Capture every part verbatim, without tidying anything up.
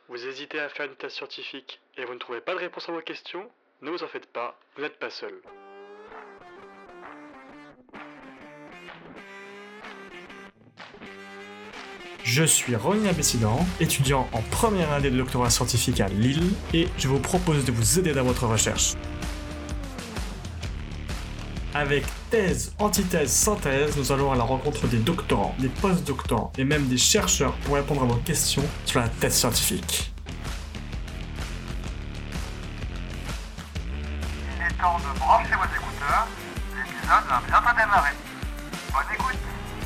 Vous hésitez à faire une thèse scientifique et vous ne trouvez pas de réponse à vos questions? Ne vous en faites pas, vous n'êtes pas seul. Je suis Ronin Abessidan, étudiant en première année de doctorat scientifique à Lille, et je vous propose de vous aider dans votre recherche. Avec thèse, antithèse, synthèse, nous allons à la rencontre des doctorants, des post-doctorants et même des chercheurs pour répondre à vos questions sur la thèse scientifique. Il est temps de brancher vos écouteurs, l'épisode va bientôt démarrer. Bonne écoute.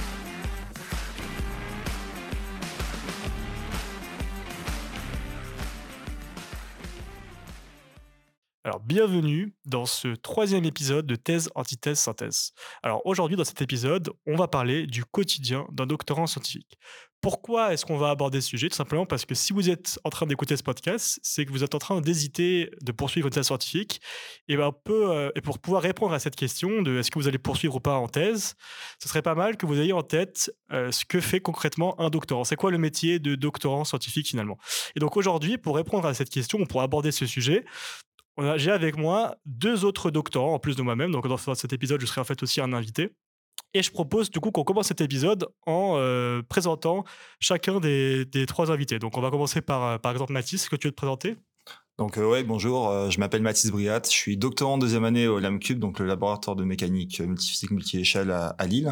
Alors, bienvenue dans ce troisième épisode de Thèse, Antithèse, Synthèse. Alors, aujourd'hui, dans cet épisode, on va parler du quotidien d'un doctorant scientifique. Pourquoi est-ce qu'on va aborder ce sujet? Tout simplement parce que si vous êtes en train d'écouter ce podcast, c'est que vous êtes en train d'hésiter de poursuivre une thèse scientifique. Et, ben, peu, euh, et pour pouvoir répondre à cette question de est-ce que vous allez poursuivre ou pas en thèse, ce serait pas mal que vous ayez en tête euh, ce que fait concrètement un doctorant. C'est quoi le métier de doctorant scientifique finalement? Et donc aujourd'hui, pour répondre à cette question, pour aborder ce sujet, on a- j'ai avec moi deux autres doctorants en plus de moi-même. Donc, dans cet épisode, je serai en fait aussi un invité. Et je propose du coup qu'on commence cet épisode en euh, présentant chacun des, des trois invités. Donc, on va commencer par, euh, par exemple, Mathis. Est-ce que tu veux te présenter? Donc euh, ouais, bonjour, euh, je m'appelle Mathis Briat, je suis doctorant en deuxième année au LAMCube, donc le laboratoire de mécanique euh, multiphysique multi-échelle à, à Lille.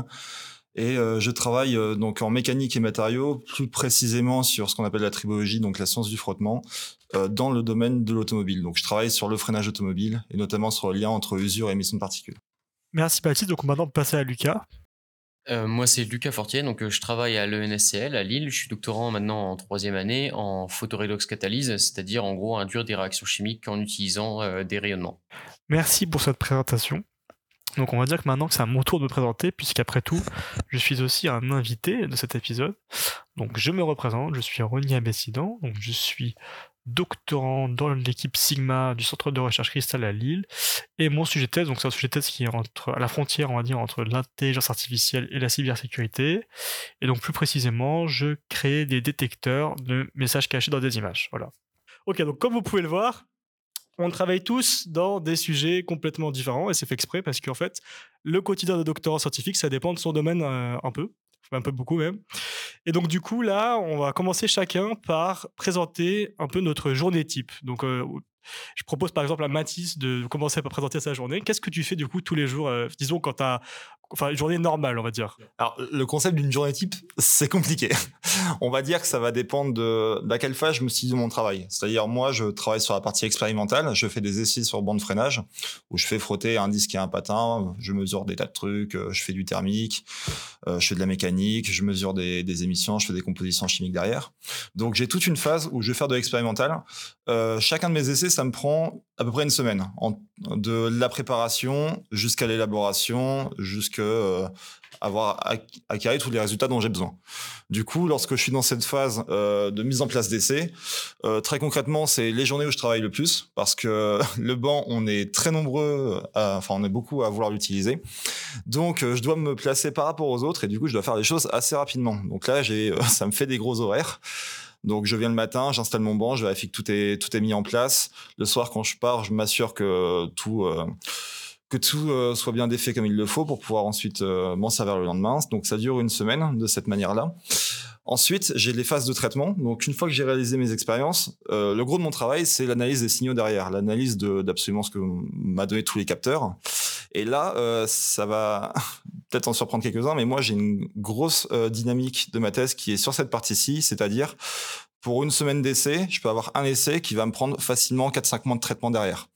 Et euh, je travaille euh, donc en mécanique et matériaux, plus précisément sur ce qu'on appelle la tribologie, donc la science du frottement, euh, dans le domaine de l'automobile. Donc je travaille sur le freinage automobile et notamment sur le lien entre usure et émission de particules. Merci, Mathis. Donc, maintenant, on va passer à Lucas. Euh, moi, c'est Lucas Fortier, donc euh, je travaille à l'E N S C L à Lille. Je suis doctorant maintenant en troisième année en photoredox catalyse, c'est-à-dire en gros induire des réactions chimiques en utilisant euh, des rayonnements. Merci pour cette présentation. Donc, on va dire que maintenant que c'est à mon tour de me présenter, puisqu'après tout, je suis aussi un invité de cet épisode. Donc, je me représente, je suis Ronia Bessidan, donc je suis doctorant dans l'équipe Sigma du Centre de recherche Cristal à Lille. Et mon sujet de thèse, donc c'est un sujet de thèse qui est entre, à la frontière, on va dire, entre l'intelligence artificielle et la cybersécurité. Et donc, plus précisément, je crée des détecteurs de messages cachés dans des images. Voilà. Ok, donc comme vous pouvez le voir, on travaille tous dans des sujets complètement différents et c'est fait exprès parce qu'en fait, le quotidien de doctorant scientifique, ça dépend de son domaine euh, un peu, un peu beaucoup même. Et donc du coup, là, on va commencer chacun par présenter un peu notre journée type. Donc, euh, je propose par exemple à Mathis de commencer par présenter sa journée. Qu'est-ce que tu fais du coup tous les jours, euh, disons quand tu as enfin, une journée normale, on va dire? Alors le concept d'une journée type, c'est compliqué. On va dire que ça va dépendre de, d'à quelle phase je me situe de mon travail. C'est-à-dire moi, je travaille sur la partie expérimentale, je fais des essais sur bande de freinage, où je fais frotter un disque et un patin, je mesure des tas de trucs, je fais du thermique, euh, je fais de la mécanique, je mesure des, des émissions, je fais des compositions chimiques derrière. Donc j'ai toute une phase où je vais faire de l'expérimental. Euh, chacun de mes essais, ça me prend à peu près une semaine, en, de la préparation jusqu'à l'élaboration, jusqu'à euh, avoir acquis tous les résultats dont j'ai besoin. Du coup, lorsque je suis dans cette phase euh, de mise en place d'essais, euh, très concrètement, c'est les journées où je travaille le plus, parce que le banc, on est très nombreux, à, enfin on est beaucoup à vouloir l'utiliser. Donc, euh, je dois me placer par rapport aux autres, et du coup, je dois faire les choses assez rapidement. Donc là, j'ai, euh, ça me fait des gros horaires. Donc, je viens le matin, j'installe mon banc, je vérifie que tout est, tout est mis en place. Le soir, quand je pars, je m'assure que tout... Euh, que tout euh, soit bien défait comme il le faut pour pouvoir ensuite euh, m'en servir le lendemain. Donc ça dure une semaine de cette manière-là. Ensuite, j'ai les phases de traitement. Donc une fois que j'ai réalisé mes expériences, euh, le gros de mon travail, c'est l'analyse des signaux derrière, l'analyse de, d'absolument ce que m'a donné tous les capteurs. Et là, euh, ça va peut-être en surprendre quelques-uns, mais moi j'ai une grosse euh, dynamique de ma thèse qui est sur cette partie-ci, c'est-à-dire pour une semaine d'essai, je peux avoir un essai qui va me prendre facilement quatre cinq mois de traitement derrière.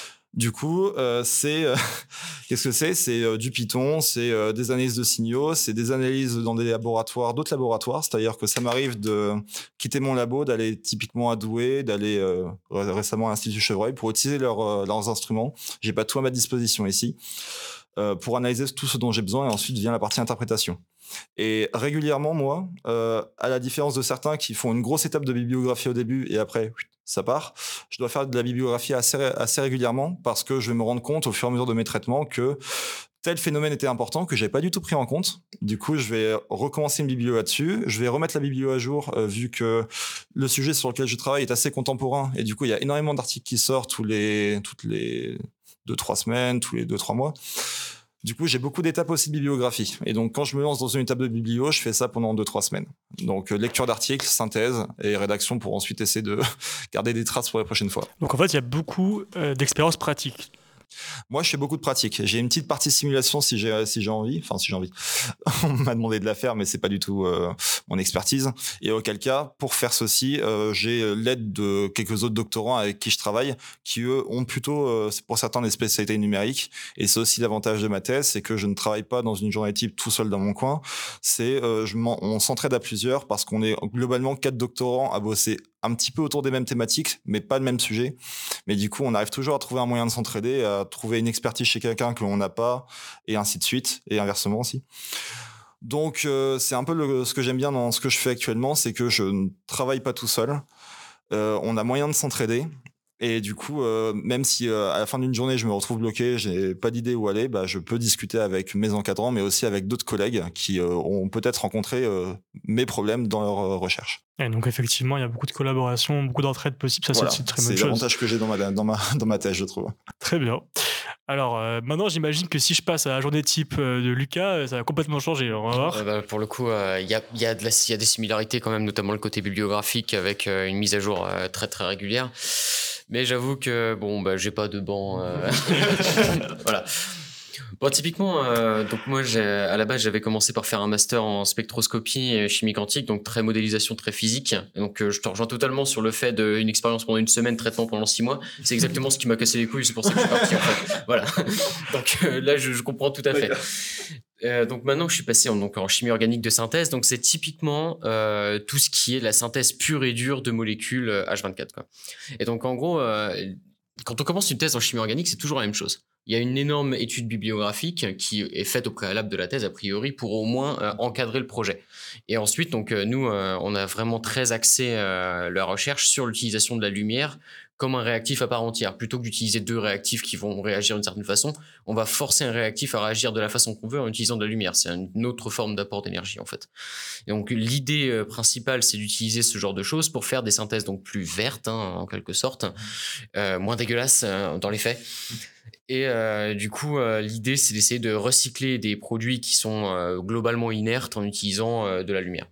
Du coup, euh, c'est euh, qu'est-ce que c'est? C'est euh, du Python, c'est euh, des analyses de signaux, c'est des analyses dans des laboratoires, d'autres laboratoires. C'est-à-dire que ça m'arrive de quitter mon labo, d'aller typiquement à Douai, d'aller euh, récemment à l'Institut Chevreuil pour utiliser leur, euh, leurs instruments. J'ai pas tout à ma disposition ici euh, pour analyser tout ce dont j'ai besoin et ensuite vient la partie interprétation. Et régulièrement, moi, euh, à la différence de certains qui font une grosse étape de bibliographie au début et après ça part, je dois faire de la bibliographie assez, assez régulièrement parce que je vais me rendre compte au fur et à mesure de mes traitements que tel phénomène était important que j'avais pas du tout pris en compte. Du coup, je vais recommencer une biblio là-dessus. Je vais remettre la biblio à jour euh, vu que le sujet sur lequel je travaille est assez contemporain et du coup, il y a énormément d'articles qui sortent tous les toutes les deux trois semaines, tous les deux trois mois. Du coup, j'ai beaucoup d'étapes aussi de bibliographie. Et donc, quand je me lance dans une étape de biblio, je fais ça pendant deux trois semaines. Donc, euh, lecture d'articles, synthèse et rédaction pour ensuite essayer de garder des traces pour la prochaine fois. Donc en fait, il y a beaucoup euh, d'expériences pratiques. Moi, je fais beaucoup de pratique. J'ai une petite partie simulation si j'ai si j'ai envie. Enfin, si j'ai envie. On m'a demandé de la faire, mais c'est pas du tout euh, mon expertise. Et auquel cas, pour faire ceci, euh, j'ai l'aide de quelques autres doctorants avec qui je travaille, qui eux ont plutôt, euh, pour certains, des spécialités numériques. Et c'est aussi l'avantage de ma thèse, c'est que je ne travaille pas dans une journée type tout seul dans mon coin. C'est, euh, je on s'entraide à plusieurs parce qu'on est globalement quatre doctorants à bosser un petit peu autour des mêmes thématiques, mais pas le même sujet. Mais du coup, on arrive toujours à trouver un moyen de s'entraider, à trouver une expertise chez quelqu'un que l'on n'a pas, et ainsi de suite, et inversement aussi. Donc, euh, c'est un peu le, ce que j'aime bien dans ce que je fais actuellement, c'est que je ne travaille pas tout seul. Euh, on a moyen de s'entraider. Et du coup, euh, même si euh, à la fin d'une journée, je me retrouve bloqué, j'ai pas d'idée où aller, bah, je peux discuter avec mes encadrants, mais aussi avec d'autres collègues qui euh, ont peut-être rencontré euh, mes problèmes dans leur euh, recherche. Et donc effectivement, il y a beaucoup de collaboration, beaucoup d'entraide possible. Ça, Voilà, c'est une très bonne c'est chose. l'avantage que j'ai dans ma, dans, ma, dans ma thèse, je trouve. Très bien. Alors euh, maintenant, j'imagine que si je passe à la journée type euh, de Lucas, ça va complètement changer. On va voir. Euh, bah, pour le coup, il euh, y, a, y, a de la, y a des similarités quand même, notamment le côté bibliographique avec euh, une mise à jour euh, très très régulière. Mais j'avoue que bon, bah, j'ai pas de banc. Euh... voilà. Bon, typiquement, euh, donc moi, j'ai, à la base, j'avais commencé par faire un master en spectroscopie et chimie quantique, donc très modélisation, très physique. Et donc, euh, je te rejoins totalement sur le fait d'une expérience pendant une semaine, traitement pendant six mois. C'est exactement ce qui m'a cassé les couilles, c'est pour ça que je suis parti, en fait. Voilà. Donc euh, là, je, je comprends tout à fait. Euh, donc maintenant que je suis passé en, donc, en chimie organique de synthèse, donc c'est typiquement euh, tout ce qui est la synthèse pure et dure de molécules H vingt-quatre, quoi. Et donc en gros, euh, quand on commence une thèse en chimie organique, c'est toujours la même chose. Il y a une énorme étude bibliographique qui est faite au préalable de la thèse, a priori, pour au moins euh, encadrer le projet. Et ensuite, donc euh, nous, euh, on a vraiment très axé euh, la recherche sur l'utilisation de la lumière comme un réactif à part entière. Plutôt que d'utiliser deux réactifs qui vont réagir d'une certaine façon, on va forcer un réactif à réagir de la façon qu'on veut en utilisant de la lumière. C'est une autre forme d'apport d'énergie, en fait. Et donc, l'idée euh, principale, c'est d'utiliser ce genre de choses pour faire des synthèses donc plus vertes, hein, en quelque sorte, euh, moins dégueulasses euh, dans les faits. Et euh, du coup, euh, l'idée, c'est d'essayer de recycler des produits qui sont euh, globalement inertes en utilisant euh, de la lumière.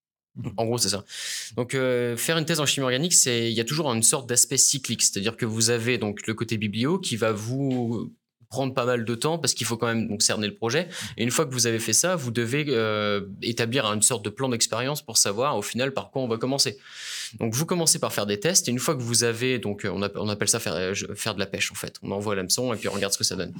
En gros, c'est ça. Donc, euh, faire une thèse en chimie organique, c'est, il y a toujours une sorte d'aspect cyclique, c'est-à-dire que vous avez donc le côté biblio qui va vous prendre pas mal de temps parce qu'il faut quand même donc cerner le projet. Et une fois que vous avez fait ça, vous devez euh, établir une sorte de plan d'expérience pour savoir au final par quoi on va commencer. Donc, vous commencez par faire des tests et une fois que vous avez, donc on, appelle, on appelle ça faire, faire de la pêche en fait. On envoie l'hameçon et puis on regarde ce que ça donne.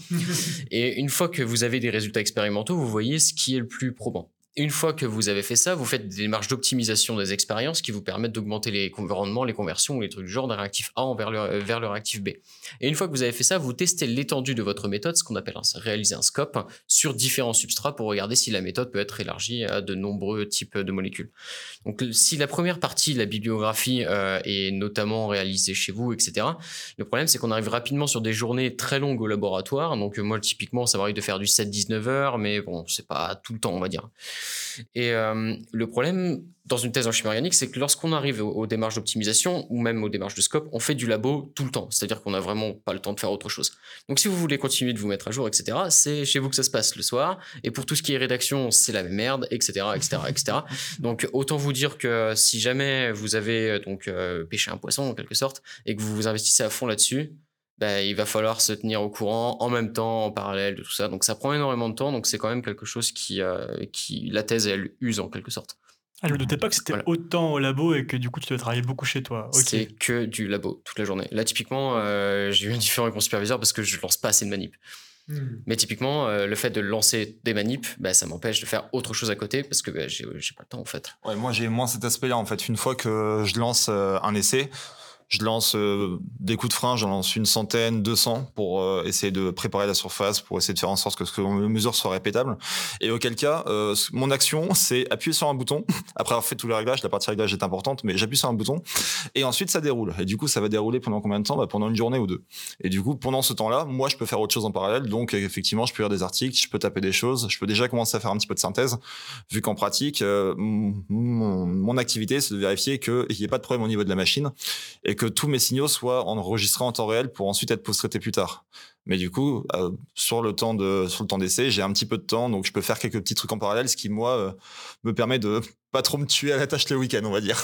Et une fois que vous avez des résultats expérimentaux, vous voyez ce qui est le plus probant. Une fois que vous avez fait ça, vous faites des démarches d'optimisation des expériences qui vous permettent d'augmenter les rendements, les conversions ou les trucs du genre d'un réactif A vers le, vers le réactif B. Et une fois que vous avez fait ça, vous testez l'étendue de votre méthode, ce qu'on appelle un, réaliser un scope, sur différents substrats pour regarder si la méthode peut être élargie à de nombreux types de molécules. Donc si la première partie, la bibliographie, euh, est notamment réalisée chez vous, et cetera, le problème c'est qu'on arrive rapidement sur des journées très longues au laboratoire. Donc moi typiquement ça m'arrive de faire du sept à dix-neuf heures, mais bon c'est pas tout le temps on va dire. Et euh, le problème dans une thèse en chimie organique, c'est que lorsqu'on arrive aux, aux démarches d'optimisation ou même aux démarches de scope, on fait du labo tout le temps. C'est-à-dire qu'on n'a vraiment pas le temps de faire autre chose. Donc si vous voulez continuer de vous mettre à jour, et cetera, c'est chez vous que ça se passe le soir. Et pour tout ce qui est rédaction, c'est la même merde, et cetera, et cetera, et cetera. Donc autant vous dire que si jamais vous avez donc euh, pêché un poisson en quelque sorte et que vous vous investissez à fond là-dessus, bah, il va falloir se tenir au courant en même temps, en parallèle de tout ça. Donc ça prend énormément de temps, donc c'est quand même quelque chose qui, euh, qui la thèse, elle use en quelque sorte. Ah, je ne me doutais pas que c'était voilà. Autant au labo et que du coup tu dois travailler beaucoup chez toi. Okay. C'est que du labo toute la journée. Là typiquement, euh, j'ai eu un différent avec mon superviseur parce que je lance pas assez de manips. Mmh. Mais typiquement, euh, le fait de lancer des manips, bah, ça m'empêche de faire autre chose à côté parce que bah, j'ai, j'ai pas le temps en fait. Ouais, moi j'ai moins cet aspect-là en fait. Une fois que je lance euh, un essai, Je lance euh, des coups de frein, j'en lance une centaine, deux cents pour euh, essayer de préparer la surface, pour essayer de faire en sorte que ce que l'on mesure soit répétable. Et auquel cas, euh, mon action, c'est appuyer sur un bouton. Après avoir fait tous les réglages, la partie réglage est importante, mais j'appuie sur un bouton et ensuite ça déroule. Et du coup, ça va dérouler pendant combien de temps ? Bah, pendant une journée ou deux. Et du coup, pendant ce temps-là, moi, je peux faire autre chose en parallèle. Donc, effectivement, je peux lire des articles, je peux taper des choses, je peux déjà commencer à faire un petit peu de synthèse, vu qu'en pratique, euh, mon, mon activité, c'est de vérifier qu'il n'y ait pas de problème au niveau de la machine et que tous mes signaux soient enregistrés en temps réel pour ensuite être post-traités plus tard. Mais du coup, euh, sur le temps de sur le temps d'essai, j'ai un petit peu de temps, donc je peux faire quelques petits trucs en parallèle, ce qui moi euh, me permet de pas trop me tuer à la tâche le week-end, on va dire.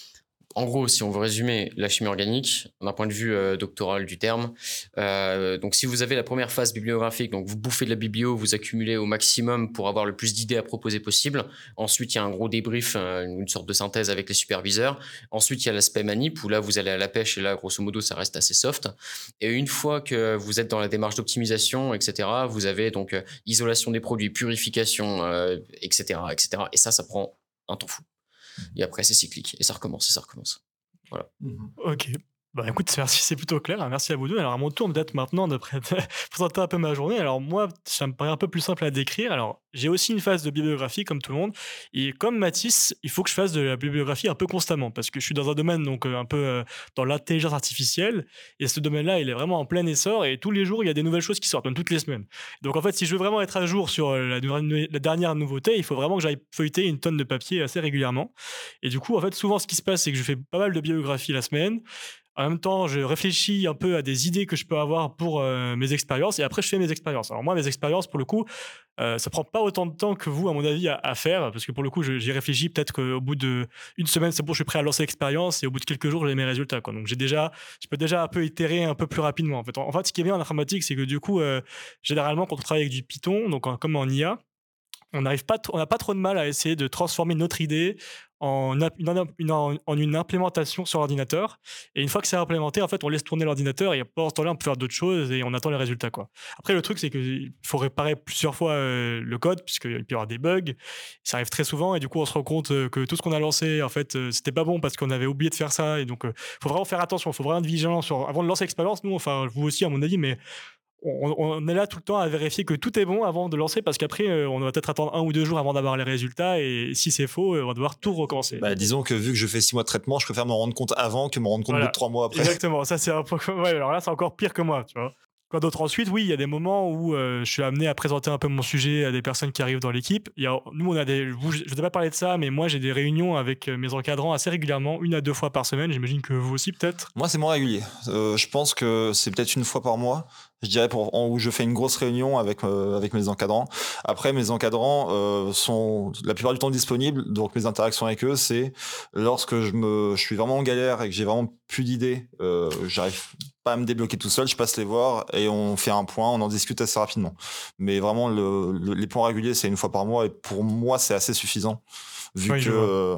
En gros, si on veut résumer la chimie organique, d'un point de vue euh, doctoral du terme, euh, donc si vous avez la première phase bibliographique, donc vous bouffez de la biblio, vous accumulez au maximum pour avoir le plus d'idées à proposer possible. Ensuite, il y a un gros débrief, euh, une sorte de synthèse avec les superviseurs. Ensuite, il y a l'aspect manip, où là, vous allez à la pêche, et là, grosso modo, ça reste assez soft. Et une fois que vous êtes dans la démarche d'optimisation, et cetera, vous avez donc euh, isolation des produits, purification, euh, et cetera, et cetera. Et ça, ça prend un temps fou. Et après, c'est cyclique. Et ça recommence, et ça recommence. Voilà. Ok. Bah écoute, merci, c'est plutôt clair. Merci à vous deux. Alors à mon tour peut-être maintenant de pré- présenter un peu ma journée. Alors moi, ça me paraît un peu plus simple à décrire. Alors j'ai aussi une phase de bibliographie comme tout le monde. Et comme Mathis, il faut que je fasse de la bibliographie un peu constamment parce que je suis dans un domaine donc euh, un peu euh, dans l'intelligence artificielle. Et ce domaine-là, il est vraiment en plein essor. Et tous les jours, il y a des nouvelles choses qui sortent, même toutes les semaines. Donc en fait, si je veux vraiment être à jour sur euh, la, la dernière nouveauté, il faut vraiment que j'aille feuilleter une tonne de papier assez régulièrement. Et du coup, en fait, souvent, ce qui se passe, c'est que je fais pas mal de bibliographie la semaine. En même temps, je réfléchis un peu à des idées que je peux avoir pour euh, mes expériences et après, je fais mes expériences. Alors moi, mes expériences, pour le coup, euh, ça prend pas autant de temps que vous, à mon avis, à, à faire parce que pour le coup, je, j'y réfléchis peut-être qu'au bout d'une semaine, c'est bon, je suis prêt à lancer l'expérience et au bout de quelques jours, j'ai mes résultats, quoi. Donc j'ai déjà, je peux déjà un peu itérer un peu plus rapidement. En fait, en, en fait ce qui est bien en informatique, c'est que du coup, euh, généralement, quand on travaille avec du Python, donc en, comme en I A, on n'arrive pas, on n'a pas trop de mal à essayer de transformer notre idée en une, une, en une implémentation sur l'ordinateur. Et une fois que c'est implémenté, en fait, on laisse tourner l'ordinateur et pendant ce temps-là, on peut faire d'autres choses et on attend les résultats, quoi. Après, le truc, c'est qu'il faut réparer plusieurs fois euh, le code puisqu'il peut y avoir des bugs. Ça arrive très souvent et du coup, on se rend compte que tout ce qu'on a lancé, en fait, euh, c'était pas bon parce qu'on avait oublié de faire ça. Et donc, il euh, faut vraiment faire attention, il faut vraiment être vigilant sur, avant de lancer l'expérience. Nous, enfin, vous aussi, à mon avis, mais On, on est là tout le temps à vérifier que tout est bon avant de lancer parce qu'après euh, on va peut-être attendre un ou deux jours avant d'avoir les résultats et si c'est faux euh, on va devoir tout recommencer. Bah, disons que vu que je fais six mois de traitement, je préfère m'en rendre compte avant que m'en rendre compte Voilà. de trois mois après. Exactement, ça c'est un peu ouais, alors là c'est encore pire que moi, tu vois. Quoi d'autre ensuite, oui, il y a des moments où euh, je suis amené à présenter un peu mon sujet à des personnes qui arrivent dans l'équipe. Il y a, nous, on a des, vous, je ne vais pas parler de ça, mais moi, j'ai des réunions avec mes encadrants assez régulièrement, une à deux fois par semaine. J'imagine que vous aussi, peut-être. Moi, c'est moins régulier. Euh, je pense que c'est peut-être une fois par mois. Je dirais pour, en, où je fais une grosse réunion avec euh, avec mes encadrants. Après, mes encadrants euh, sont la plupart du temps disponibles, donc mes interactions avec eux, c'est lorsque je me, je suis vraiment en galère et que j'ai vraiment plus d'idées, euh, j'arrive pas à me débloquer tout seul, je passe les voir et on fait un point, on en discute assez rapidement. Mais vraiment, le, le, les points réguliers, c'est une fois par mois et pour moi, c'est assez suffisant vu oui, que euh,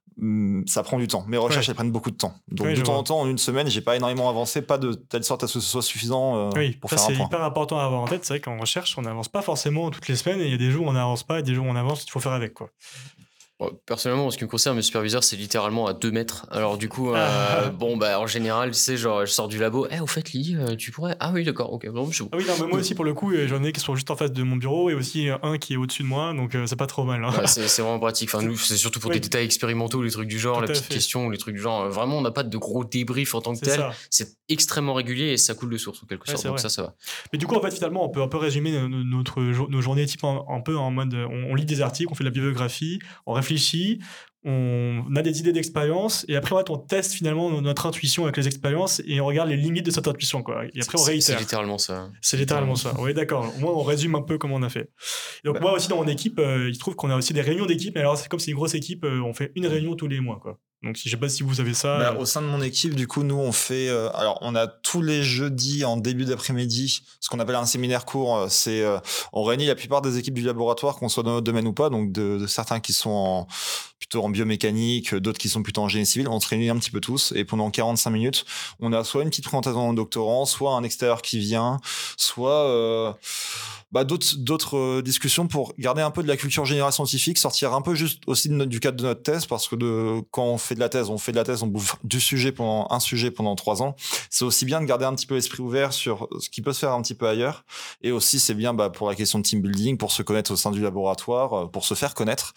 ça prend du temps. Mes recherches, ouais. elles prennent beaucoup de temps. Donc, oui, de temps vois. en temps, en une semaine, j'ai pas énormément avancé, pas de telle sorte à ce que ce soit suffisant euh, oui, pour ça, faire un point. C'est hyper important à avoir en tête. C'est vrai qu'en recherche, on n'avance pas forcément toutes les semaines et il y a des jours où on n'avance pas et des jours où on avance, il faut faire avec, quoi. Bon, personnellement, en ce qui me concerne, mes superviseurs, c'est littéralement à deux mètres. Alors, du coup, euh, bon, bah, en général, tu sais, genre, je sors du labo. Eh, au fait, Lily, euh, tu pourrais. Ah oui, d'accord, ok, bon, je suis bon. Ah oui, non, mais moi aussi, pour le coup, j'en ai qui sont juste en face de mon bureau et aussi un qui est au-dessus de moi, donc euh, c'est pas trop mal. Hein. Ouais, c'est, c'est vraiment pratique. Enfin, nous, c'est surtout pour oui. des détails expérimentaux, les trucs du genre, Tout les petites fait. questions ou les trucs du genre. Vraiment, on n'a pas de gros débriefs en tant que c'est tel. Ça. C'est extrêmement régulier et ça coule de source, en quelque ouais, sorte. Donc, vrai. ça, ça va. Mais du coup, en fait, finalement, on peut un peu résumer notre, nos journées type un, un peu en mode on, on lit des articles, on fait de la bibliographie, on réfléchit. On a des idées d'expérience et après en fait, on teste finalement notre intuition avec les expériences et on regarde les limites de cette intuition, quoi. Et après on réitère. C'est littéralement ça. C'est littéralement ça. Oui, d'accord. Au moins on résume un peu comment on a fait. Et donc bah. moi aussi dans mon équipe, euh, il se trouve qu'on a aussi des réunions d'équipe. Mais alors c'est comme c'est une grosse équipe, euh, on fait une réunion tous les mois, quoi. Donc je sais pas si vous avez ça. Bah, euh... Au sein de mon équipe, du coup, nous on fait. Euh, alors on a tous les jeudis en début d'après-midi ce qu'on appelle un séminaire court. C'est euh, on réunit la plupart des équipes du laboratoire, qu'on soit dans notre domaine ou pas. Donc de, de certains qui sont en, plutôt en biomécanique, d'autres qui sont plutôt en génie civil. On se réunit un petit peu tous et pendant quarante-cinq minutes, on a soit une petite présentation d'un doctorant, soit un extérieur qui vient, soit euh, bah, d'autres, d'autres euh, discussions pour garder un peu de la culture générale scientifique, sortir un peu juste aussi de notre, du cadre de notre thèse, parce que de, quand on fait de la thèse, on fait de la thèse, on bouffe du sujet pendant un sujet pendant trois ans. C'est aussi bien de garder un petit peu l'esprit ouvert sur ce qui peut se faire un petit peu ailleurs. Et aussi, c'est bien bah, pour la question de team building, pour se connaître au sein du laboratoire, pour se faire connaître.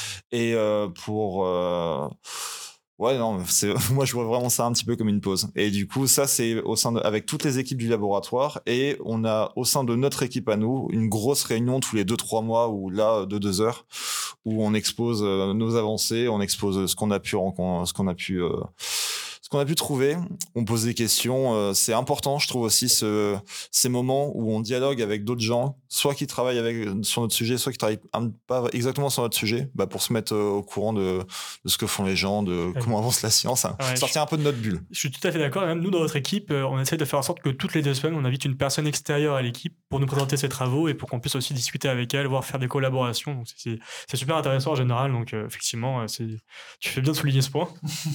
Et euh, pour... Euh, Ouais, non, c'est, moi je vois vraiment ça un petit peu comme une pause. Et du coup, ça c'est au sein de, avec toutes les équipes du laboratoire, et on a au sein de notre équipe à nous une grosse réunion tous les deux trois mois ou là de deux heures où on expose euh, nos avancées, on expose ce qu'on a pu rencontrer, ce qu'on a pu euh, ce qu'on a pu trouver, on pose des questions. Euh, c'est important, je trouve aussi ce, ces moments où on dialogue avec d'autres gens, soit qui travaillent avec sur notre sujet, soit qui travaillent un, pas exactement sur notre sujet, bah pour se mettre euh, au courant de, de ce que font les gens, de Ouais. comment avance la science, hein. Ouais, Sortir un peu de notre bulle. Je suis tout à fait d'accord. Et même nous, dans notre équipe, euh, on essaie de faire en sorte que toutes les deux semaines, on invite une personne extérieure à l'équipe pour nous présenter ses travaux et pour qu'on puisse aussi discuter avec elle, voire faire des collaborations. Donc, c'est, c'est super intéressant en général. Donc, euh, effectivement, euh, c'est... tu fais bien de souligner ce point.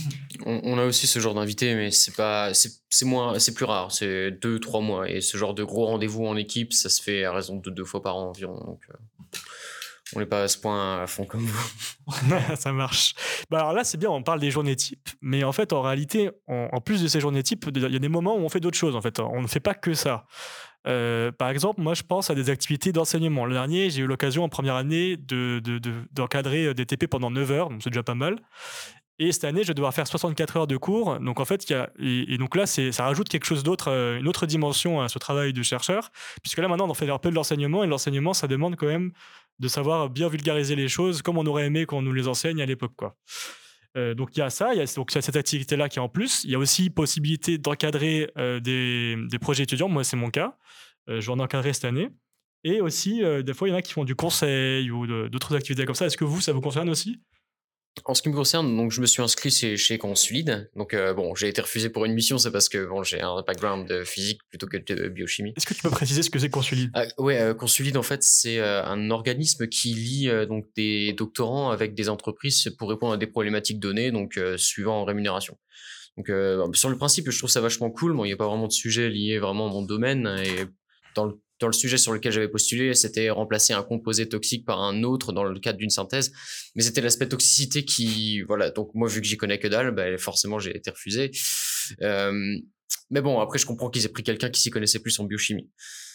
On, on a aussi ce genre d'invité, mais c'est pas, c'est, c'est moins, c'est plus rare. C'est deux, trois mois. Et ce genre de gros rendez-vous en équipe, ça se fait à raison de deux fois par an environ. Donc, euh, on n'est pas à ce point à fond comme vous. Ça marche. Bah alors là, c'est bien, on parle des journées types, mais en fait, en réalité, en, en plus de ces journées types, il y a des moments où on fait d'autres choses. En fait, on ne fait pas que ça. Euh, par exemple, moi, je pense à des activités d'enseignement. Le dernier, j'ai eu l'occasion en première année de, de, de, d'encadrer des T P pendant neuf heures, donc c'est déjà pas mal. Et cette année, je vais devoir faire soixante-quatre heures de cours. Donc en fait, il y a, et, et donc là, c'est, ça rajoute quelque chose d'autre, euh, une autre dimension à ce travail de chercheur, puisque là, maintenant, on fait un peu de l'enseignement, et l'enseignement, ça demande quand même de savoir bien vulgariser les choses, comme on aurait aimé qu'on nous les enseigne à l'époque, quoi. Euh, donc il y a ça, il y a, donc, il y a cette activité-là qui est en plus. Il y a aussi possibilité d'encadrer euh, des, des projets étudiants. Moi, c'est mon cas. Euh, je vais en encadrer cette année. Et aussi, euh, des fois, il y en a qui font du conseil ou de, d'autres activités comme ça. Est-ce que vous, ça vous concerne aussi ? En ce qui me concerne, donc je me suis inscrit chez, chez Consulide. Donc euh, bon, j'ai été refusé pour une mission, c'est parce que bon, j'ai un background de physique plutôt que de biochimie. Est-ce que tu peux préciser ce que c'est Consulide ? Ah, ouais, euh, Consulide en fait, c'est euh, un organisme qui lie euh, donc des doctorants avec des entreprises pour répondre à des problématiques données, donc euh, suivant en rémunération. Donc euh, sur le principe, je trouve ça vachement cool. Bon, il n'y a pas vraiment de sujet lié vraiment à mon domaine, et dans le Dans le sujet sur lequel j'avais postulé, c'était remplacer un composé toxique par un autre dans le cadre d'une synthèse. Mais c'était l'aspect toxicité qui, voilà. Donc moi, vu que j'y connais que dalle, bah, forcément, j'ai été refusé. Euh, mais bon, après, je comprends qu'ils aient pris quelqu'un qui s'y connaissait plus en biochimie.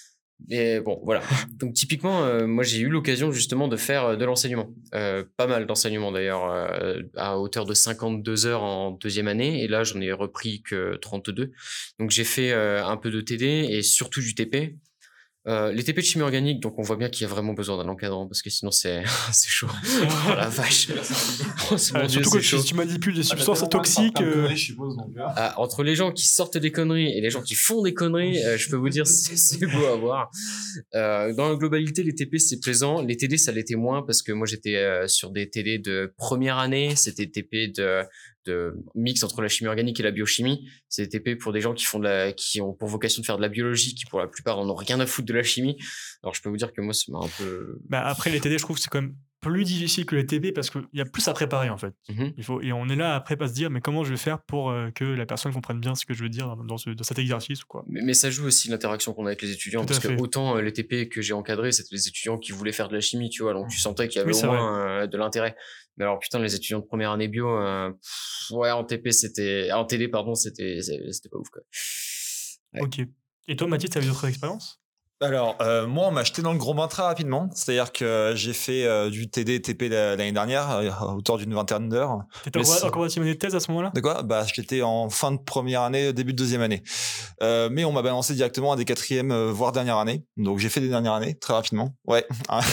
Et bon, voilà. Donc typiquement, euh, moi, j'ai eu l'occasion justement de faire de l'enseignement. Euh, pas mal d'enseignement d'ailleurs, euh, à hauteur de cinquante-deux heures en deuxième année. Et là, j'en ai repris que trente-deux. Donc j'ai fait euh, un peu de T D et surtout du T P. Euh, les T P de chimie organique, donc on voit bien qu'il y a vraiment besoin d'un encadrant parce que sinon c'est, c'est chaud. Oh la vache. Oh, c'est Euh, mon Dieu, surtout c'est quand chaud. tu, tu manipules des Ah, substances toxiques. euh, Je suppose, donc, là. Ah, entre les gens qui sortent des conneries et les gens qui font des conneries, euh, je peux vous dire c'est, c'est beau à voir. Euh, dans la globalité, les T P c'est plaisant. Les T D ça l'était moins parce que moi j'étais euh, sur des T D de première année. C'était T P de de mix entre la chimie organique et la biochimie. C'est des T P pour des gens qui font de la, qui ont pour vocation de faire de la biologie, qui pour la plupart en ont rien à foutre de la chimie. Alors je peux vous dire que moi ça m'a un peu. Bah, après, les T D, je trouve que c'est quand même plus difficile que les T P parce qu'il y a plus à préparer en fait. Mm-hmm. Il faut, et on est là après pas se dire mais comment je vais faire pour euh, que la personne comprenne bien ce que je veux dire dans, ce, dans cet exercice ou quoi. Mais, mais ça joue aussi l'interaction qu'on a avec les étudiants, Tout à parce que fait. autant euh, les T P que j'ai encadrés, c'était les étudiants qui voulaient faire de la chimie, tu vois, donc tu sentais qu'il y avait Oui, au c'est moins euh, de l'intérêt. Mais alors putain, les étudiants de première année bio, euh, pff, ouais, en T P c'était, en T D pardon, c'était, c'était pas ouf quoi. Ouais. Ok. Et toi, Mathis, tu as eu d'autres expériences ? Alors, euh, moi, on m'a jeté dans le gros bain très rapidement. C'est-à-dire que j'ai fait euh, du T D et T P l'année dernière, à hauteur d'une vingtaine d'heures. T'étais Mais encore c'est- encore année de thèse à ce moment-là ? De quoi? Bah, j'étais en fin de première année, début de deuxième année. Euh, mais on m'a balancé directement à des quatrièmes, euh, voire dernière année. Donc, j'ai fait des dernières années, très rapidement. Ouais.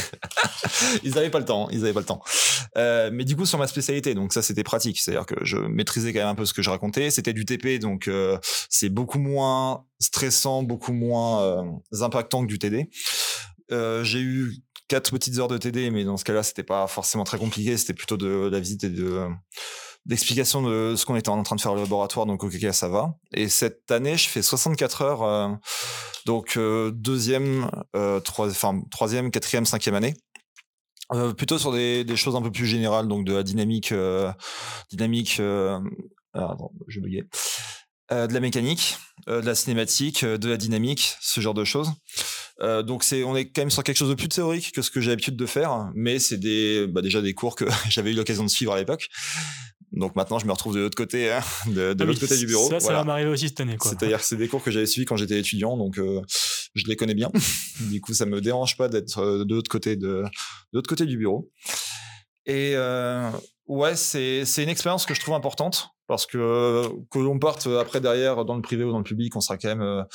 Ils avaient pas le temps. Ils avaient pas le temps. Euh, mais du coup, sur ma spécialité, donc ça, c'était pratique. C'est-à-dire que je maîtrisais quand même un peu ce que je racontais. C'était du T P, donc euh, c'est beaucoup moins stressant, beaucoup moins euh, impactant que du T D. Euh, j'ai eu quatre petites heures de T D, mais dans ce cas-là, c'était pas forcément très compliqué. C'était plutôt de, de la visite et de d'explication de ce qu'on était en train de faire au laboratoire. Donc, ok, ça va. Et cette année, je fais soixante-quatre heures. Euh, donc, euh, deuxième, euh, trois, enfin, troisième, quatrième, cinquième année. Euh, plutôt sur des, des choses un peu plus générales, donc de la dynamique, euh, dynamique. Euh, ah, attends, je vais bugger. Euh, de la mécanique, euh, de la cinématique, euh, de la dynamique, ce genre de choses. Euh, donc c'est, on est quand même sur quelque chose de plus théorique que ce que j'ai l'habitude de faire, mais c'est des, bah déjà des cours que j'avais eu l'occasion de suivre à l'époque. Donc maintenant je me retrouve de l'autre côté, hein, de, de Ah l'autre oui, côté du bureau. Ça, ça Voilà. va m'arriver aussi cette année, quoi. C'est-à-dire que c'est des cours que j'avais suivis quand j'étais étudiant, donc euh, je les connais bien. Du coup, ça me dérange pas d'être euh, de l'autre côté de, de l'autre côté du bureau. Et euh, ouais, c'est c'est une expérience que je trouve importante parce que que l'on parte après derrière dans le privé ou dans le public, on sera quand même euh,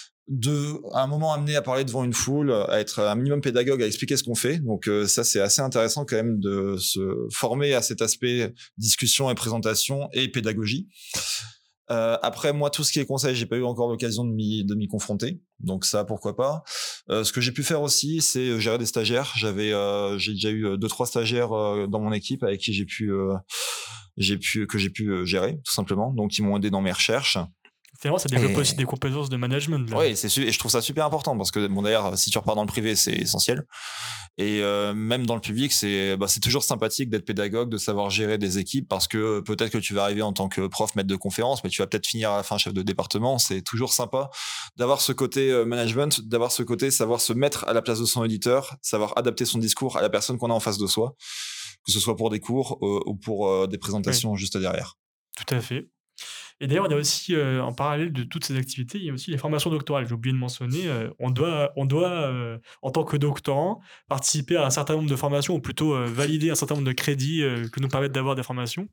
de à un moment amené à parler devant une foule, à être un minimum pédagogue, à expliquer ce qu'on fait. Donc euh, ça, c'est assez intéressant quand même de se former à cet aspect discussion et présentation et pédagogie. Euh, après, moi, tout ce qui est conseil, j'ai pas eu encore l'occasion de m'y, de m'y confronter. Donc ça, pourquoi pas. Euh, ce que j'ai pu faire aussi, c'est gérer des stagiaires. J'avais, euh, j'ai déjà eu deux, trois stagiaires euh, dans mon équipe avec qui j'ai pu, euh, j'ai pu, que j'ai pu gérer, tout simplement. Donc, ils m'ont aidé dans mes recherches. Finalement, ça développe Et- aussi des compétences de management. Là. Oui, c'est su- et je trouve ça super important parce que bon d'ailleurs, si tu repars dans le privé, c'est essentiel. Et euh, même dans le public, c'est bah, c'est toujours sympathique d'être pédagogue, de savoir gérer des équipes parce que peut-être que tu vas arriver en tant que prof, maître de conférence, mais tu vas peut-être finir à la fin chef de département. C'est toujours sympa d'avoir ce côté euh, management, d'avoir ce côté savoir se mettre à la place de son auditeur, savoir adapter son discours à la personne qu'on a en face de soi, que ce soit pour des cours euh, ou pour euh, des présentations juste derrière. Tout à fait. Et d'ailleurs, il y a aussi, euh, en parallèle de toutes ces activités, il y a aussi les formations doctorales. J'ai oublié de mentionner, euh, on doit, on doit euh, en tant que doctorant, participer à un certain nombre de formations, ou plutôt euh, valider un certain nombre de crédits euh, que nous permettent d'avoir des formations.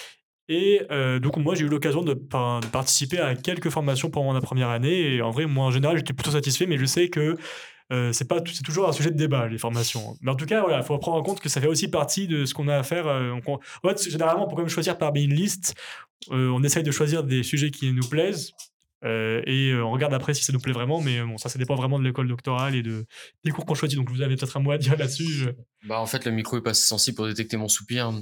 Et euh, donc, moi, j'ai eu l'occasion de, par- de participer à quelques formations pendant ma première année. Et en vrai, moi, en général, j'étais plutôt satisfait, mais je sais que euh, c'est pas, c'est toujours un sujet de débat, les formations. Mais en tout cas, voilà, il faut prendre en compte que ça fait aussi partie de ce qu'on a à faire. euh, on- en fait, généralement, pour quand même choisir parmi une liste, euh, on essaye de choisir des sujets qui nous plaisent. euh, et euh, on regarde après si ça nous plaît vraiment, mais euh, bon, ça, ça dépend vraiment de l'école doctorale et de, des cours qu'on choisit. Donc, vous avez peut-être un mot à dire là-dessus. je- Bah en fait le micro est pas assez sensible pour détecter mon soupir.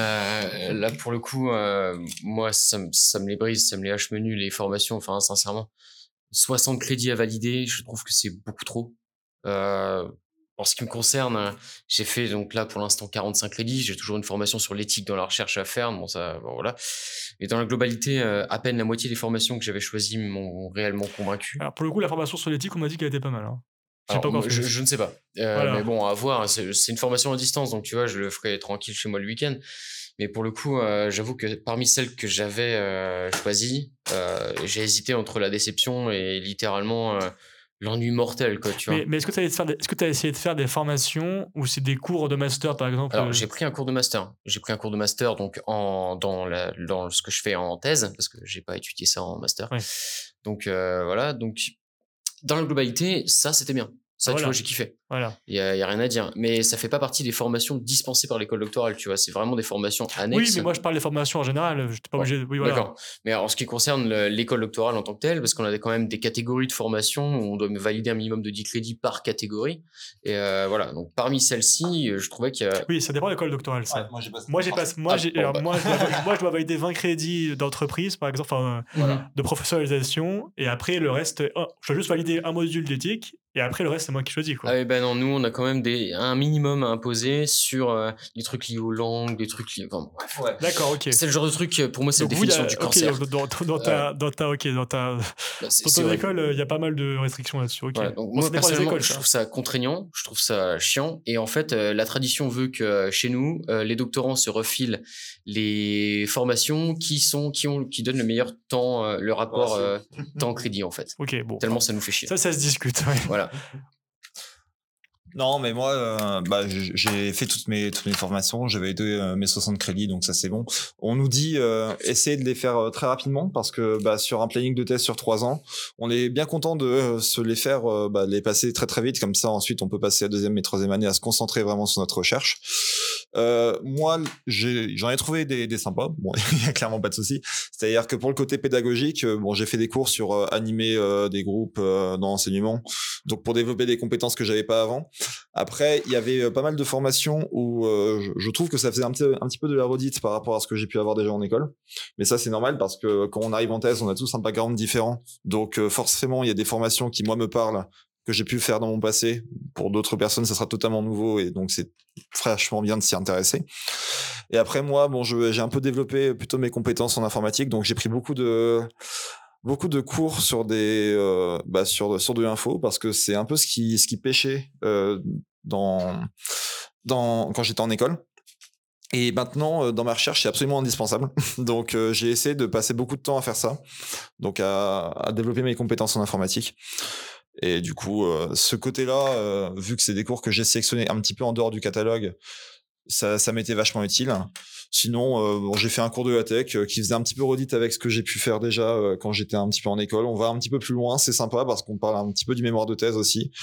Euh, là pour le coup, euh, moi ça, me- ça me les brise, ça me les hache menu les formations. Enfin sincèrement, soixante crédits à valider, je trouve que c'est beaucoup trop. Euh, en ce qui me concerne, euh, j'ai fait donc là pour l'instant quarante-cinq crédits. J'ai toujours une formation sur l'éthique dans la recherche à faire. Bon ça, bon, voilà. Et dans la globalité, euh, à peine la moitié des formations que j'avais choisies m'ont réellement convaincu. Alors, pour le coup, la formation sur l'éthique, on m'a dit qu'elle était pas mal. Hein. J'ai Alors, pas encore moi, fait. je, je ne sais pas. Euh, Voilà. Mais bon, à voir. C'est c'est une formation à distance, donc tu vois, je le ferai tranquille chez moi le week-end. Mais pour le coup, euh, j'avoue que parmi celles que j'avais euh, choisies, euh, j'ai hésité entre la déception et littéralement euh, l'ennui mortel, quoi, tu vois. Mais, mais est-ce que tu as, est-ce que tu as essayé de faire des formations ou c'est des cours de master, par exemple Alors, euh, j'ai pris un cours de master. J'ai pris un cours de master donc en dans la dans ce que je fais en thèse parce que j'ai pas étudié ça en master. Ouais. Donc euh, voilà. Donc dans la globalité, ça c'était bien. Ça, Voilà. tu vois, j'ai kiffé. Voilà. Il y a, y a rien à dire. Mais ça fait pas partie des formations dispensées par l'école doctorale, tu vois. C'est vraiment des formations annexes. Oui, mais moi je parle des formations en général. Je n'étais pas Bon, obligé. de- Oui, voilà. D'accord. Mais en ce qui concerne le- l'école doctorale en tant que telle, parce qu'on a des- quand même des catégories de formation où on doit valider un minimum de dix crédits par catégorie. Et euh, voilà. Donc parmi celles-ci, euh, je trouvais qu'il y a. Oui, ça dépend de l'école doctorale. Ça. Ouais, moi j'ai passé. Moi, j'ai pas, moi, Ah, j'ai, bon, alors, bah. moi, je dois, moi, je dois valider vingt crédits d'entreprise, par exemple, enfin, Voilà. de professionnalisation, et après, le reste, oh, je dois juste valider un module d'éthique, et après, le reste, c'est moi qui choisis, quoi. Ah oui, ben non, nous, on a quand même des, un minimum à imposer sur euh, des trucs liés aux langues, des trucs liés. Enfin, bref. Ouais. D'accord, ok. C'est le genre de truc, euh, pour moi, c'est la Donc, vous, il y définition a- du ok, cancer. donc, dans, dans, dans ta, dans ta, ok, dans ta, Bah, c'est- dans c'est ton horrible. école, euh, il y a pas mal de restrictions là-dessus, ok. Voilà, donc Bon, moi ça dépend des personnellement, écoles, je ça. trouve ça contraignant, je trouve ça chiant, et en fait, euh, la tradition veut que euh, chez nous, euh, les doctorants se refilent les formations qui sont, qui ont, qui donnent le meilleur temps, euh, le rapport Ouais, euh, temps-crédit en fait. Ok, bon. Tellement ça nous fait chier. Ça, ça se discute, ouais. Voilà. Non, mais moi, euh, bah, j- j'ai fait toutes mes toutes mes formations, j'avais aidé euh, mes soixante crédits, donc ça c'est bon. On nous dit euh, essayer de les faire euh, très rapidement parce que bah, sur un planning de thèse sur trois ans, on est bien content de euh, se les faire, euh, bah, les passer très très vite, comme ça ensuite on peut passer à deuxième et troisième année à se concentrer vraiment sur notre recherche. Euh, moi, j'ai, j'en ai trouvé des, des sympas. Bon, il y a clairement pas de souci. C'est-à-dire que pour le côté pédagogique, euh, bon, j'ai fait des cours sur euh, animer euh, des groupes euh, dans l'enseignement, donc pour développer des compétences que j'avais pas avant. Après, il y avait euh, pas mal de formations où euh, je, je trouve que ça faisait un petit, un petit peu de la redite par rapport à ce que j'ai pu avoir déjà en école. Mais ça, c'est normal parce que quand on arrive en thèse, on a tous un background différent. Donc euh, forcément, il y a des formations qui moi me parlent, que j'ai pu faire dans mon passé. Pour d'autres personnes, ça sera totalement nouveau et donc c'est franchement bien de s'y intéresser. Et après moi, bon, je, j'ai un peu développé plutôt mes compétences en informatique, donc j'ai pris beaucoup de beaucoup de cours sur des euh, bah, sur sur de l'info parce que c'est un peu ce qui ce qui pêchait euh, dans dans quand j'étais en école. Et maintenant, euh, dans ma recherche, c'est absolument indispensable. Donc, euh, j'ai essayé de passer beaucoup de temps à faire ça, donc à, à développer mes compétences en informatique. Et du coup, euh, ce côté-là, euh, vu que c'est des cours que j'ai sélectionnés un petit peu en dehors du catalogue, ça, ça m'était vachement utile. Sinon, euh, bon, j'ai fait un cours de la tech euh, qui faisait un petit peu redite avec ce que j'ai pu faire déjà euh, quand j'étais un petit peu en école. On va un petit peu plus loin, c'est sympa parce qu'on parle un petit peu du mémoire de thèse aussi.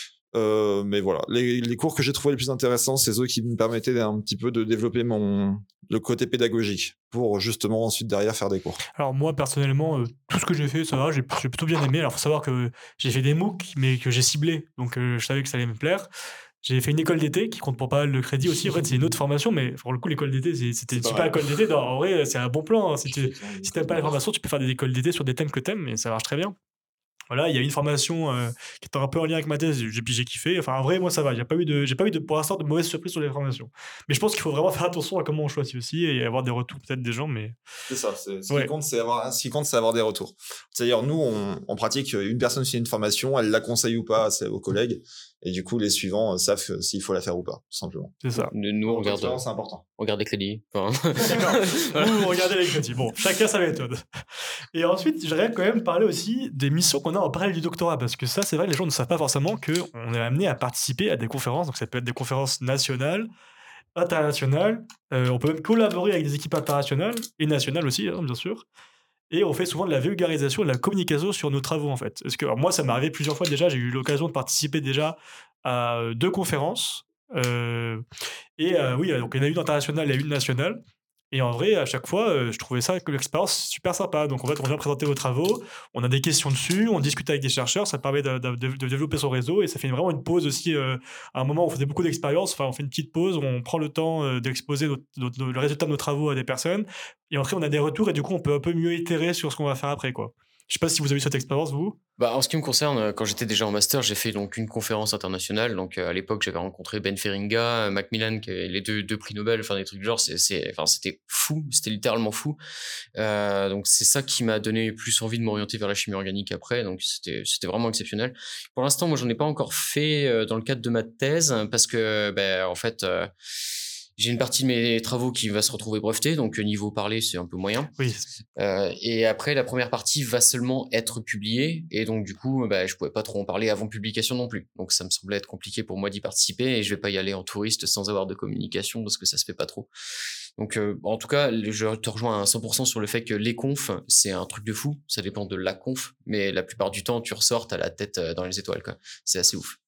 Euh, mais voilà, les, les cours que j'ai trouvés les plus intéressants, c'est ceux qui me permettaient un petit peu de développer mon le côté pédagogique pour justement ensuite derrière faire des cours. Alors moi personnellement, euh, tout ce que j'ai fait, ça va, j'ai j'ai plutôt bien aimé. Alors faut savoir que j'ai fait des MOOC, mais que j'ai ciblé, donc euh, je savais que ça allait me plaire. J'ai fait une école d'été qui compte pour pas mal de crédits aussi. En fait, c'est une autre formation, mais pour le coup, l'école d'été, c'est- c'était une C'est pas super mal. école d'été. Non, en vrai, c'est un bon plan, hein. Si tu si t'aimes pas les formations, tu peux faire des écoles d'été sur des thèmes que t'aimes, mais ça marche très bien. Voilà, il y a une formation euh, qui était un peu en lien avec ma thèse, j'ai puis j'ai kiffé. Enfin, en vrai, moi, ça va. J'ai pas eu de, j'ai pas eu de, pour l'instant, de mauvaises surprises sur les formations. Mais je pense qu'il faut vraiment faire attention à comment on choisit aussi et avoir des retours peut-être des gens. Mais C'est ça, c'est, ce, Ouais. qui compte, c'est avoir, ce qui compte, c'est avoir des retours. C'est-à-dire, nous, on, on pratique, une personne fait une formation, elle la conseille ou pas à ses- aux collègues, et du coup, les suivants euh, savent euh, s'il faut la faire ou pas, tout simplement. c'est ça. Nous, nous, on Donc, regarde, l'expérience, c'est important. on regarde les crédits. Enfin, D'accord. Vous, vous regardez les crédits. Bon, chacun sa méthode. Et ensuite, j'aimerais quand même parler aussi des missions qu'on a en parallèle du doctorat, parce que ça, c'est vrai, les gens ne savent pas forcément qu'on est amené à participer à des conférences. Donc, ça peut être des conférences nationales, internationales. Euh, on peut même collaborer avec des équipes internationales et nationales aussi, hein, bien sûr. Et on fait souvent de la vulgarisation et de la communication sur nos travaux, en fait. Parce que alors, moi, ça m'est arrivé plusieurs fois déjà. J'ai eu l'occasion de participer déjà à euh, deux conférences. Euh, et euh, oui, donc il y en a une internationale et une nationale. Et en vrai, à chaque fois, euh, je trouvais ça que l'expérience super sympa. Donc en fait, on vient présenter vos travaux, on a des questions dessus, on discute avec des chercheurs, ça permet de, de- de- de développer son réseau et ça fait vraiment une pause aussi. Euh, à un moment où on faisait beaucoup d'expérience, enfin, on fait une petite pause, où on prend le temps euh, d'exposer notre- notre- le résultat de nos travaux à des personnes. Et après, on a des retours et du coup, on peut un peu mieux itérer sur ce qu'on va faire après, quoi. Je sais pas si vous avez eu cette expérience, vous. bah, en ce qui me concerne, euh, quand j'étais déjà en master, j'ai fait donc une conférence internationale. Donc euh, à l'époque, j'avais rencontré Ben Feringa, euh, Macmillan, qui avaient les deux, deux prix Nobel, enfin des trucs du genre. C'est, c'est, enfin, c'était fou, c'était littéralement fou. Euh, donc c'est ça qui m'a donné plus envie de m'orienter vers la chimie organique après. Donc c'était, c'était vraiment exceptionnel. Pour l'instant, moi, j'en ai pas encore fait euh, dans le cadre de ma thèse parce que, ben, en fait. Euh, j'ai une partie de mes travaux qui va se retrouver brevetée, donc euh, niveau parler, c'est un peu moyen. Oui. Euh, et après, la première partie va seulement être publiée, et donc du coup, bah, je pouvais pas trop en parler avant publication non plus. Donc ça me semblait être compliqué pour moi d'y participer, et je vais pas y aller en touriste sans avoir de communication, parce que ça se fait pas trop. Donc euh, en tout cas, je te rejoins à cent pour cent sur le fait que les confs, c'est un truc de fou, ça dépend de la conf, mais la plupart du temps, tu ressors, t'as la tête euh, dans les étoiles, quoi. C'est assez ouf.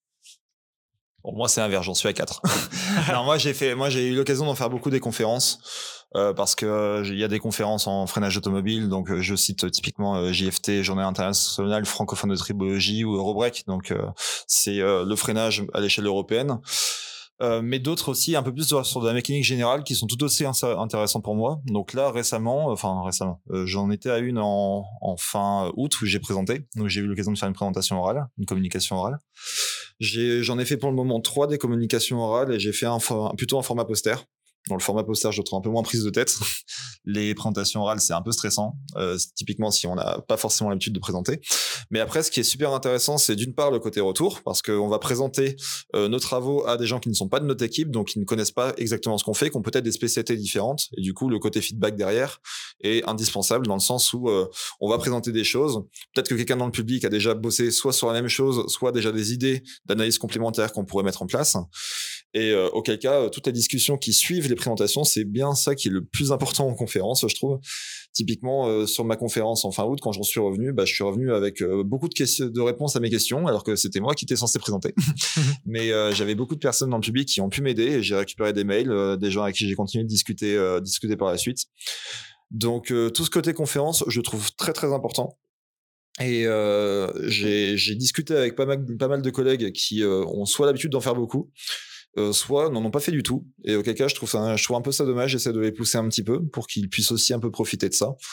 Bon, moi, c'est inverse, j'en suis à quatre. Alors, moi, j'ai fait, moi, j'ai eu l'occasion d'en faire beaucoup des conférences, euh, parce que euh, il y a des conférences en freinage automobile, donc euh, je cite euh, typiquement euh, J F T, Journée internationale francophone de tribologie, ou Eurobreak, donc euh, c'est euh, le freinage à l'échelle européenne. Euh, mais d'autres aussi un peu plus sur, sur de la mécanique générale qui sont tout aussi ins- intéressants pour moi. Donc là récemment, enfin récemment, euh, j'en étais à une en, en fin août où j'ai présenté. Donc j'ai eu l'occasion de faire une présentation orale, une communication orale. J'ai, j'en ai fait pour le moment trois des communications orales et j'ai fait un, for- plutôt un format poster. Dans le format poster, je le trouve un peu moins prise de tête. Les présentations orales, c'est un peu stressant, euh, typiquement si on n'a pas forcément l'habitude de présenter. Mais après, ce qui est super intéressant, c'est d'une part le côté retour, parce qu'on va présenter euh, nos travaux à des gens qui ne sont pas de notre équipe, donc qui ne connaissent pas exactement ce qu'on fait, qui ont peut-être des spécialités différentes. Et du coup, le côté feedback derrière est indispensable dans le sens où euh, on va présenter des choses. Peut-être que quelqu'un dans le public a déjà bossé soit sur la même chose, soit déjà des idées d'analyse complémentaires qu'on pourrait mettre en place. Et euh, auquel cas, euh, toutes les discussions qui suivent les présentations, c'est bien ça qui est le plus important en conférence, je trouve. Typiquement, euh, sur ma conférence en fin août, quand j'en suis revenu, bah, je suis revenu avec euh, beaucoup de, questions, de réponses à mes questions, alors que c'était moi qui étais censé présenter. Mais euh, j'avais beaucoup de personnes dans le public qui ont pu m'aider et j'ai récupéré des mails, euh, des gens avec qui j'ai continué de discuter, euh, discuter par la suite. Donc, euh, tout ce côté conférence, je trouve très très important. Et euh, j'ai, j'ai discuté avec pas mal, pas mal de collègues qui euh, ont soit l'habitude d'en faire beaucoup, Euh, soit n'en ont pas fait du tout, et auquel cas je trouve ça, je trouve un peu ça dommage. J'essaie de les pousser un petit peu pour qu'ils puissent aussi un peu profiter de ça.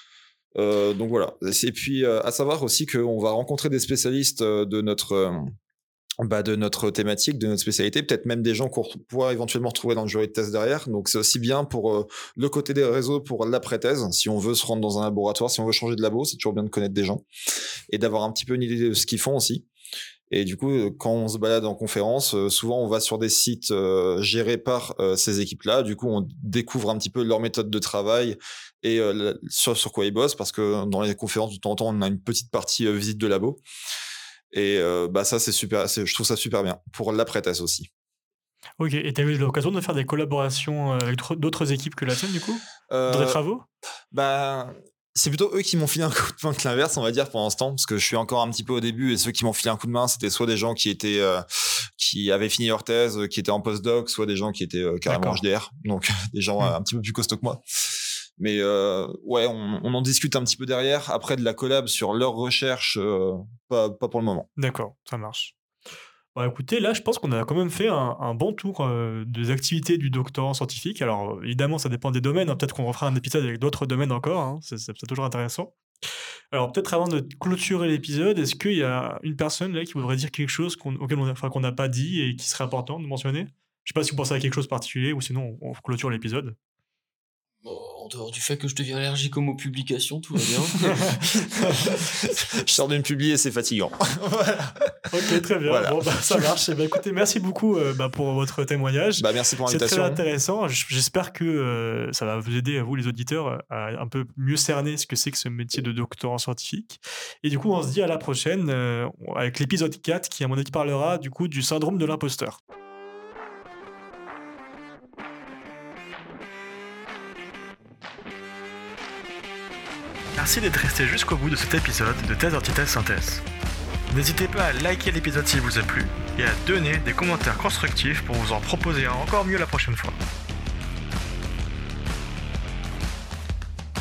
Euh, donc voilà. Et puis euh, à savoir aussi qu'on va rencontrer des spécialistes euh, de notre euh, bah, de notre thématique, de notre spécialité, peut-être même des gens qu'on pourra éventuellement retrouver dans le jury de thèse derrière. Donc c'est aussi bien pour euh, le côté des réseaux, pour l'après-thèse, si on veut se rendre dans un laboratoire, si on veut changer de labo, c'est toujours bien de connaître des gens et d'avoir un petit peu une idée de ce qu'ils font aussi. Et du coup, quand on se balade en conférence, euh, souvent on va sur des sites euh, gérés par euh, ces équipes-là. Du coup, on découvre un petit peu leur méthode de travail et euh, sur, sur quoi ils bossent, parce que dans les conférences, de temps en temps, on a une petite partie euh, visite de labo. Et euh, bah ça, c'est super, c'est, je trouve ça super bien pour l'après-thèse aussi. Ok, et tu as eu l'occasion de faire des collaborations avec d'autres équipes que la tienne, du coup euh, Dans des travaux Bah, c'est plutôt eux qui m'ont filé un coup de main que l'inverse, on va dire, pour l'instant, parce que je suis encore un petit peu au début, et ceux qui m'ont filé un coup de main, c'était soit des gens qui étaient, euh, qui avaient fini leur thèse, qui étaient en postdoc, soit des gens qui étaient euh, carrément H D R, donc des gens mmh. un petit peu plus costauds que moi. Mais euh, ouais, on, on en discute un petit peu derrière. Après, de la collab sur leurs recherches, euh, pas, pas pour le moment. D'accord, ça marche. Bon, écoutez, là, je pense qu'on a quand même fait un, un bon tour euh, des activités du doctorant scientifique. Alors, évidemment, ça dépend des domaines. Hein. Peut-être qu'on refera un épisode avec d'autres domaines encore. Hein. C'est, c'est, c'est toujours intéressant. Alors, peut-être avant de clôturer l'épisode, est-ce qu'il y a une personne là qui voudrait dire quelque chose qu'on, auquel on enfin, qu'on n'a pas dit et qui serait important de mentionner ? Je ne sais pas si vous pensez à quelque chose de particulier ou sinon on, on clôture l'épisode. Bon, en dehors du fait que je deviens allergique aux mots publications, tout va bien. Je sors d'une publi et c'est fatigant. Voilà. Ok, très bien. Voilà. Bon, bah, ça marche. Et bah, écoutez, merci beaucoup euh, bah, pour votre témoignage. Bah, merci pour l'invitation. C'est très intéressant. J'espère que euh, ça va vous aider, à vous les auditeurs, à un peu mieux cerner ce que c'est que ce métier de doctorant scientifique. Et du coup, on se dit à la prochaine euh, avec l'épisode quatre qui, à mon avis, parlera du coup du syndrome de l'imposteur. Merci d'être resté jusqu'au bout de cet épisode de Thèse, Antithèse, Synthèse. N'hésitez pas à liker l'épisode s'il vous a plu et à donner des commentaires constructifs pour vous en proposer un encore mieux la prochaine fois.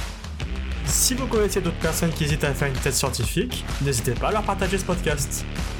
Si vous connaissez d'autres personnes qui hésitent à faire une thèse scientifique, n'hésitez pas à leur partager ce podcast.